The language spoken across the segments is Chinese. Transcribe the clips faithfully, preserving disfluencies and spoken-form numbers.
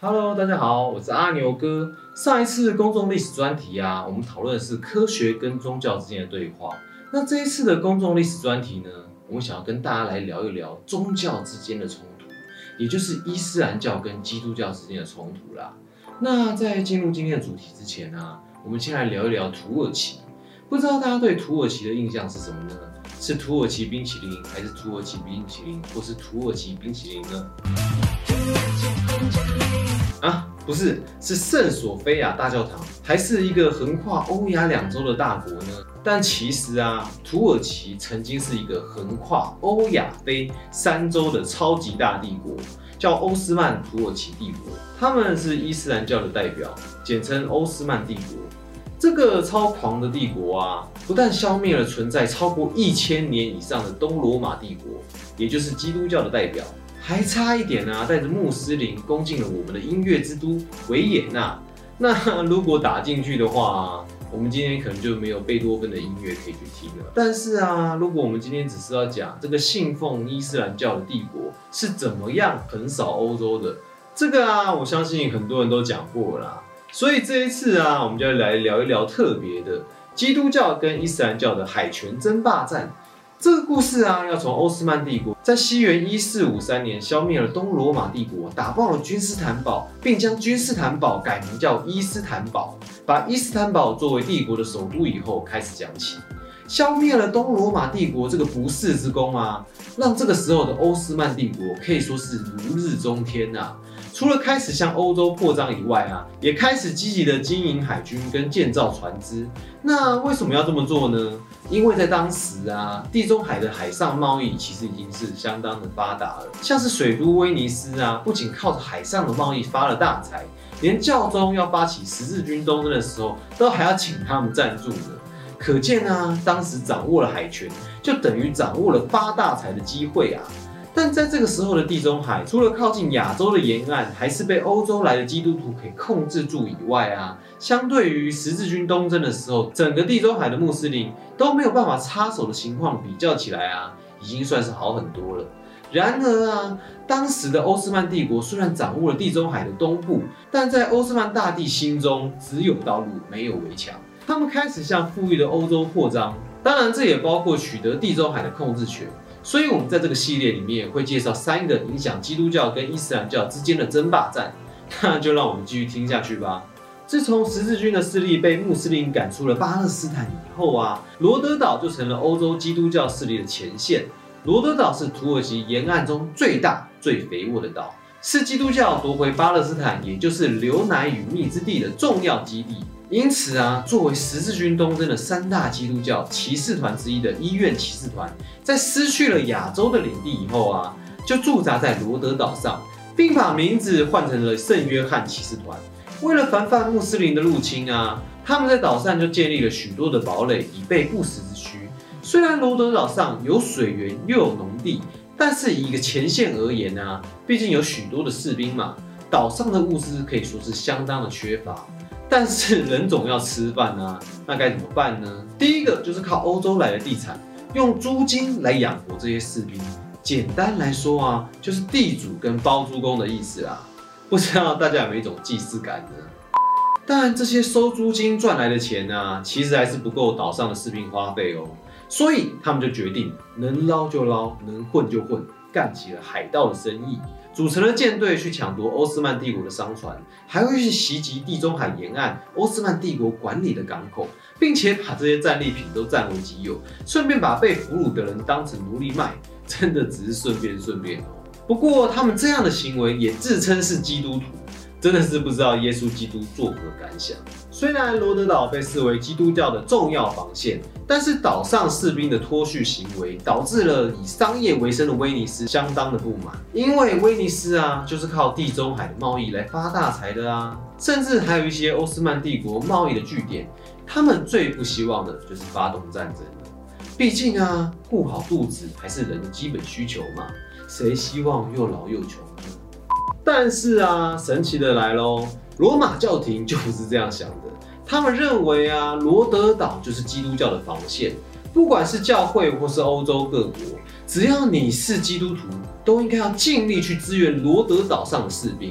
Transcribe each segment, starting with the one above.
Hello， 大家好，我是阿牛哥。上一次公众历史专题啊，我们讨论的是科学跟宗教之间的对话。那这一次的公众历史专题呢，我们想要跟大家来聊一聊宗教之间的冲突，也就是伊斯兰教跟基督教之间的冲突啦。那在进入今天的主题之前啊，我们先来聊一聊土耳其。不知道大家对土耳其的印象是什么呢？是土耳其冰淇淋，还是土耳其冰淇淋，或是土耳其冰淇淋呢？啊，不是，是圣索菲亚大教堂，还是一个横跨欧亚两洲的大国呢？但其实啊，土耳其曾经是一个横跨欧亚非三洲的超级大帝国，叫欧斯曼土耳其帝国。他们是伊斯兰教的代表，简称欧斯曼帝国。这个超狂的帝国啊，不但消灭了存在超过一千年以上的东罗马帝国，也就是基督教的代表。还差一点啊，带着穆斯林攻进了我们的音乐之都维也纳。那如果打进去的话，我们今天可能就没有贝多芬的音乐可以去听了。但是啊，如果我们今天只是要讲这个信奉伊斯兰教的帝国是怎么样横扫欧洲的，这个啊，我相信很多人都讲过了啦。所以这一次啊，我们就来聊一聊特别的基督教跟伊斯兰教的海权争霸战。这个故事啊，要从欧斯曼帝国在西元一四五三年消灭了东罗马帝国，打爆了君士坦堡，并将君士坦堡改名叫伊斯坦堡，把伊斯坦堡作为帝国的首都以后开始讲起。消灭了东罗马帝国这个不世之功啊，让这个时候的欧斯曼帝国可以说是如日中天啊。除了开始向欧洲扩张以外啊，也开始积极的经营海军跟建造船只。那为什么要这么做呢？因为在当时啊，地中海的海上贸易其实已经是相当的发达了。像是水都威尼斯啊，不仅靠着海上的贸易发了大财，连教宗要发起十字军东征的时候，都还要请他们赞助呢。可见啊，当时掌握了海权，就等于掌握了发大财的机会啊。但在这个时候的地中海，除了靠近亚洲的沿岸还是被欧洲来的基督徒可以控制住以外啊，相对于十字军东征的时候，整个地中海的穆斯林都没有办法插手的情况比较起来啊，已经算是好很多了。然而啊，当时的欧斯曼帝国虽然掌握了地中海的东部，但在欧斯曼大帝心中只有道路没有围墙，他们开始向富裕的欧洲扩张，当然这也包括取得地中海的控制权。所以，我们在这个系列里面会介绍三个影响基督教跟伊斯兰教之间的争霸战，那就让我们继续听下去吧。自从十字军的势力被穆斯林赶出了巴勒斯坦以后啊，罗德岛就成了欧洲基督教势力的前线。罗德岛是土耳其沿岸中最大、最肥沃的岛，是基督教夺回巴勒斯坦，也就是流奶与蜜之地的重要基地。因此啊，作为十字军东征的三大基督教骑士团之一的医院骑士团，在失去了亚洲的领地以后啊，就驻扎在罗德岛上，并把名字换成了圣约翰骑士团。为了防范穆斯林的入侵啊，他们在岛上就建立了许多的堡垒，以备不时之需。虽然罗德岛上有水源又有农地，但是以一个前线而言啊，毕竟有许多的士兵嘛，岛上的物资可以说是相当的缺乏。但是人总要吃饭啊，那该怎么办呢？第一个就是靠欧洲来的地产，用租金来养活这些士兵。简单来说啊，就是地主跟包租公的意思啊。不知道大家有没有一种既视感呢？但这些收租金赚来的钱啊，其实还是不够岛上的士兵花费哦。所以他们就决定能捞就捞，能混就混，干起了海盗的生意。组成了舰队去抢夺欧斯曼帝国的商船，还会去袭击地中海沿岸欧斯曼帝国管理的港口，并且把这些战利品都占为己有，顺便把被俘虏的人当成奴隶卖，真的只是顺便顺便哦。不过他们这样的行为也自称是基督徒，真的是不知道耶稣基督作何感想。虽然罗德岛被视为基督教的重要防线，但是岛上士兵的脱序行为导致了以商业为生的威尼斯相当的不满，因为威尼斯啊就是靠地中海的贸易来发大财的啊，甚至还有一些欧斯曼帝国贸易的据点，他们最不希望的就是发动战争了。毕竟啊，顾好肚子还是人的基本需求嘛，谁希望又老又穷呢？但是啊，神奇的来喽，罗马教廷就不是这样想的。他们认为啊，罗德岛就是基督教的防线，不管是教会或是欧洲各国，只要你是基督徒，都应该要尽力去支援罗德岛上的士兵，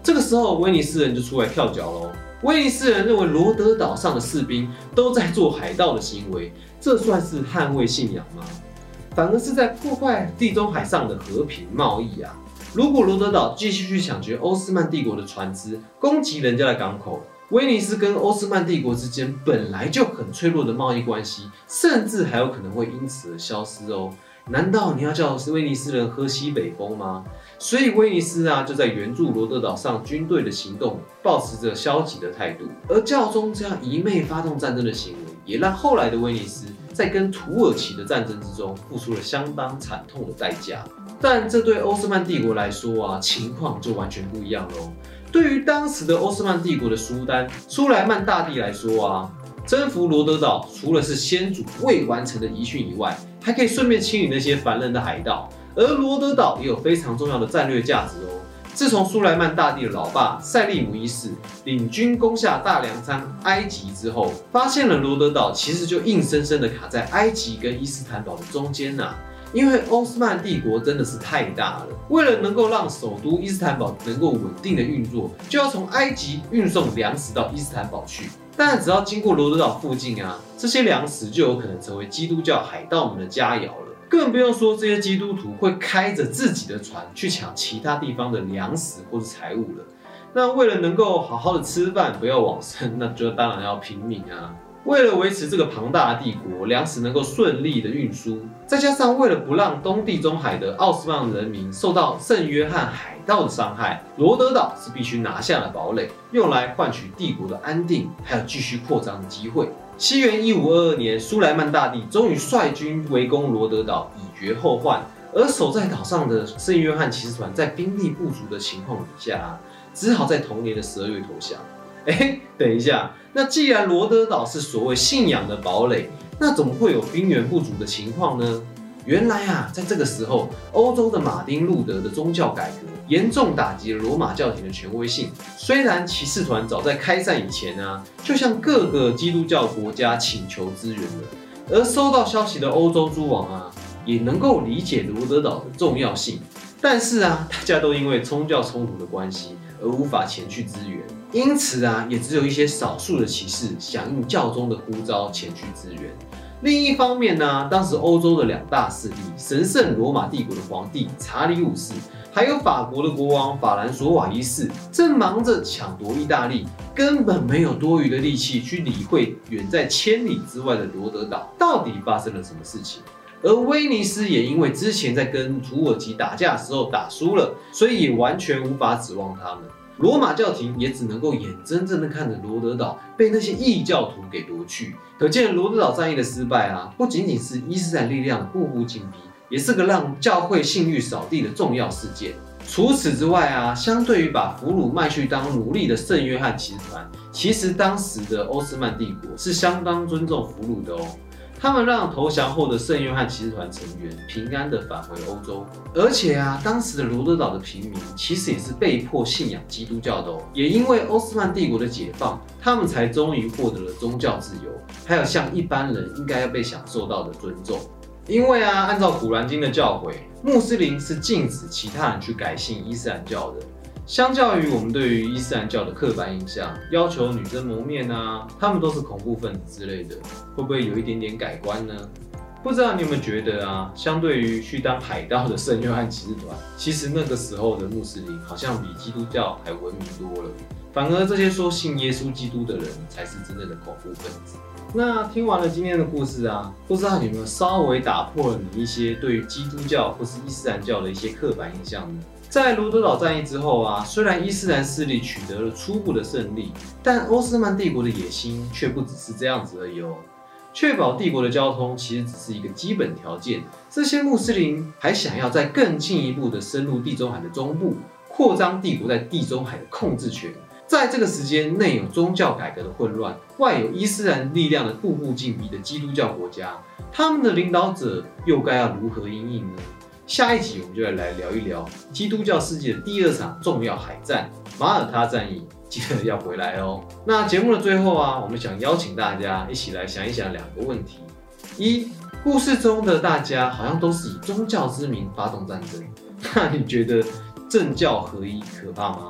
这个时候，威尼斯人就出来跳脚喽。威尼斯人认为罗德岛上的士兵都在做海盗的行为，这算是捍卫信仰吗？反而是在破坏地中海上的和平贸易啊！如果罗德岛继续去抢劫欧斯曼帝国的船只，攻击人家的港口，威尼斯跟欧斯曼帝国之间本来就很脆弱的贸易关系，甚至还有可能会因此而消失哦。难道你要叫威尼斯人喝西北风吗？所以威尼斯啊，就在援助罗德岛上军队的行动，抱持着消极的态度。而教宗这样一昧发动战争的行为，也让后来的威尼斯在跟土耳其的战争之中，付出了相当惨痛的代价。但这对欧斯曼帝国来说啊，情况就完全不一样喽。对于当时的欧斯曼帝国的苏丹苏莱曼大帝来说啊，征服罗德岛除了是先祖未完成的遗训以外，还可以顺便清理那些烦人的海盗。而罗德岛也有非常重要的战略价值哦。自从苏莱曼大帝的老爸塞利姆一世领军攻下大粮仓埃及之后，发现了罗德岛其实就硬生生的卡在埃及跟伊斯坦堡的中间呐、啊。因为欧斯曼帝国真的是太大了，为了能够让首都伊斯坦堡能够稳定的运作，就要从埃及运送粮食到伊斯坦堡去。但只要经过罗德岛附近啊，这些粮食就有可能成为基督教海盗们的佳肴了。更不用说这些基督徒会开着自己的船去抢其他地方的粮食或是财物了。那为了能够好好的吃饭，不要往生，那就当然要拼命啊。为了维持这个庞大的帝国，粮食能够顺利的运输，再加上为了不让东地中海的奥斯曼人民受到圣约翰海盗的伤害，罗德岛是必须拿下的堡垒，用来换取帝国的安定，还有继续扩张的机会。西元一五二二年，苏莱曼大帝终于率军围攻罗德岛，以绝后患。而守在岛上的圣约翰骑士团在兵力不足的情况底下、啊，只好在同年的十二月投降。哎，等一下，那既然罗德岛是所谓信仰的堡垒，那怎么会有兵源不足的情况呢？原来啊，在这个时候，欧洲的马丁路德的宗教改革严重打击了罗马教廷的权威性。虽然骑士团早在开战以前啊，就向各个基督教国家请求支援了，而收到消息的欧洲诸王啊，也能够理解罗德岛的重要性。但是啊，大家都因为宗教冲突的关系而无法前去支援。因此啊，也只有一些少数的骑士响应教宗的呼召前去支援。另一方面呢、啊，当时欧洲的两大势力——神圣罗马帝国的皇帝查理五世，还有法国的国王法兰索瓦一世，正忙着抢夺意大利，根本没有多余的力气去理会远在千里之外的罗德岛到底发生了什么事情。而威尼斯也因为之前在跟土耳其打架的时候打输了，所以也完全无法指望他们。罗马教廷也只能够眼睁睁的看着罗德岛被那些异教徒给夺去。可见罗德岛战役的失败啊，不仅仅是伊斯兰力量的步步紧逼，也是个让教会信誉扫地的重要事件。除此之外啊，相对于把俘虏卖去当奴隶的圣约翰骑士团，其实当时的欧斯曼帝国是相当尊重俘虏的哦。他们让投降后的圣约翰骑士团成员平安地返回欧洲，而且啊，当时的罗德岛的平民其实也是被迫信仰基督教的哦。也因为欧斯曼帝国的解放，他们才终于获得了宗教自由，还有像一般人应该要被享受到的尊重。因为啊，按照古兰经的教诲，穆斯林是禁止其他人去改信伊斯兰教的。相较于我们对于伊斯兰教的刻板印象，要求女生蒙面啊，他们都是恐怖分子之类的，会不会有一点点改观呢？不知道你有没有觉得啊，相对于去当海盗的圣约翰骑士团，其实那个时候的穆斯林好像比基督教还文明多了。反而这些说信耶稣基督的人才是真正的恐怖分子。那听完了今天的故事啊，不知道你有没有稍微打破了你一些对于基督教或是伊斯兰教的一些刻板印象呢？在罗德岛战役之后啊，虽然伊斯兰势力取得了初步的胜利，但欧斯曼帝国的野心却不只是这样子而已哦。确保帝国的交通其实只是一个基本条件，这些穆斯林还想要再更进一步的深入地中海的中部，扩张帝国在地中海的控制权。在这个时间内有宗教改革的混乱，外有伊斯兰力量的步步紧逼的基督教国家，他们的领导者又该要如何因应呢？下一集我们就来聊一聊基督教世界的第二场重要海战——马耳他战役，记得要回来哦。那节目的最后啊，我们想邀请大家一起来想一想两个问题：一，故事中的大家好像都是以宗教之名发动战争，那你觉得政教合一可怕吗？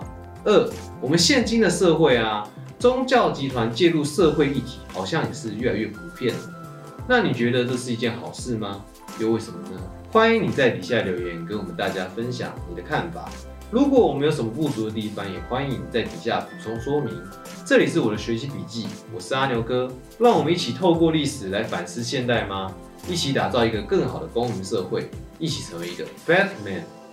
二，我们现今的社会啊，宗教集团介入社会议题，好像也是越来越普遍了。那你觉得这是一件好事吗？又为什么呢？欢迎你在底下留言跟我们大家分享你的看法。如果我们有什么不足的地方，也欢迎你在底下补充说明。这里是我的学习笔记，我是阿牛哥，让我们一起透过历史来反思现代吗？一起打造一个更好的公民社会，一起成为一个 Batman。